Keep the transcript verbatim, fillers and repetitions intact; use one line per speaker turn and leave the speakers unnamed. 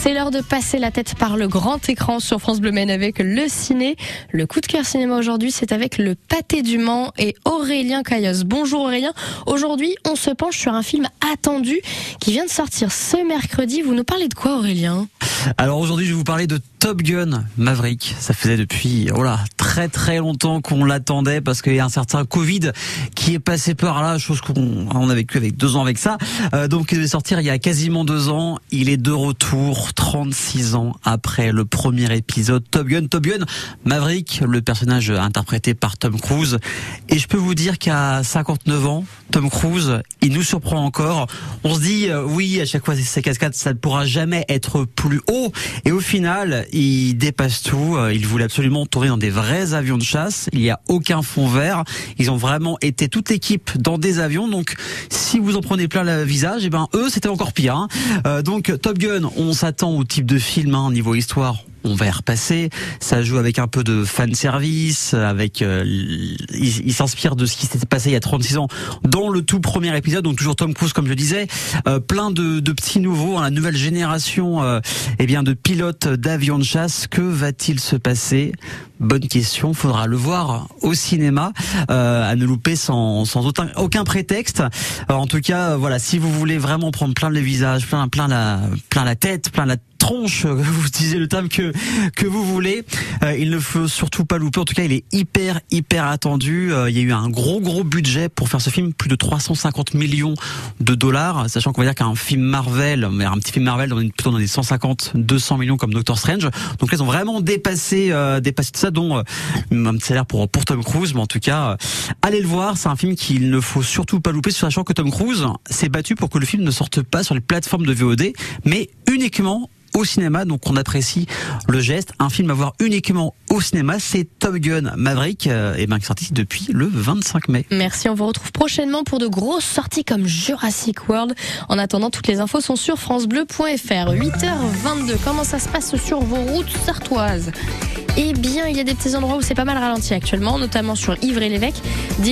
C'est l'heure de passer la tête par le grand écran sur France Bleu Maine avec le ciné. Le coup de cœur cinéma aujourd'hui, c'est avec Le Pâté du Mans et Aurélien Caillos. Bonjour Aurélien. Aujourd'hui, on se penche sur un film attendu qui vient de sortir ce mercredi. Vous nous parlez de quoi, Aurélien ?
Alors aujourd'hui, je vais vous parler de Top Gun Maverick. Ça faisait depuis oh là, très très longtemps qu'on l'attendait parce qu'il y a un certain Covid qui est passé par là, chose qu'on on a vécu avec deux ans avec ça. Euh, donc il devait sortir il y a quasiment deux ans. Il est de retour trente-six ans après le premier épisode Top Gun. Top Gun Maverick, le personnage interprété par Tom Cruise. Et je peux vous dire qu'à cinquante-neuf ans, Tom Cruise, il nous surprend encore. On se dit euh, oui, à chaque fois ces cascades, ça ne pourra jamais être plus haut. Et au final, il dépasse tout. Il voulait absolument tourner dans des vrais avions de chasse. Il n'y a aucun fond vert. Ils ont vraiment été toute l'équipe dans des avions. Donc, si vous en prenez plein le visage, et ben eux, c'était encore pire. Hein. Euh, donc, Top Gun, on s'attend au type de film hein, niveau histoire. On va y repasser. Ça joue avec un peu de fan service, avec euh, il, il s'inspire de ce qui s'était passé il y a trente-six ans dans le tout premier épisode. Donc toujours Tom Cruise, comme je disais, euh, plein de, de petits nouveaux, hein, la nouvelle génération, euh, eh bien de pilotes d'avions de chasse. Que va-t-il se passer ? Bonne question. Faudra le voir au cinéma, euh, à ne louper sans, sans aucun, aucun prétexte. Alors, en tout cas, voilà, si vous voulez vraiment prendre plein le visage, plein, plein la, plein la tête, plein la tronche, vous utilisez le terme que que vous voulez. Euh, il ne faut surtout pas louper. En tout cas, il est hyper hyper attendu. Euh, il y a eu un gros gros budget pour faire ce film, plus de trois cent cinquante millions de dollars, sachant qu'on va dire qu'un film Marvel, mais un petit film Marvel, on est plutôt dans les cent cinquante, deux cents millions comme Doctor Strange. Donc là, ils ont vraiment dépassé euh, dépassé tout ça, dont euh, un petit salaire pour pour Tom Cruise. Mais en tout cas, euh, allez le voir. C'est un film qu'il ne faut surtout pas louper, sachant que Tom Cruise s'est battu pour que le film ne sorte pas sur les plateformes de V O D, mais uniquement au cinéma. Donc on apprécie le geste. Un film à voir uniquement au cinéma, c'est Top Gun Maverick, euh, et ben qui est sorti depuis le vingt-cinq mai.
Merci, on vous retrouve prochainement pour de grosses sorties comme Jurassic World. En attendant, toutes les infos sont sur francebleu point fr. huit heures vingt-deux, comment ça se passe sur vos routes sartoises ? Eh bien, il y a des petits endroits où c'est pas mal ralenti actuellement, notamment sur Ivry-l'Évêque.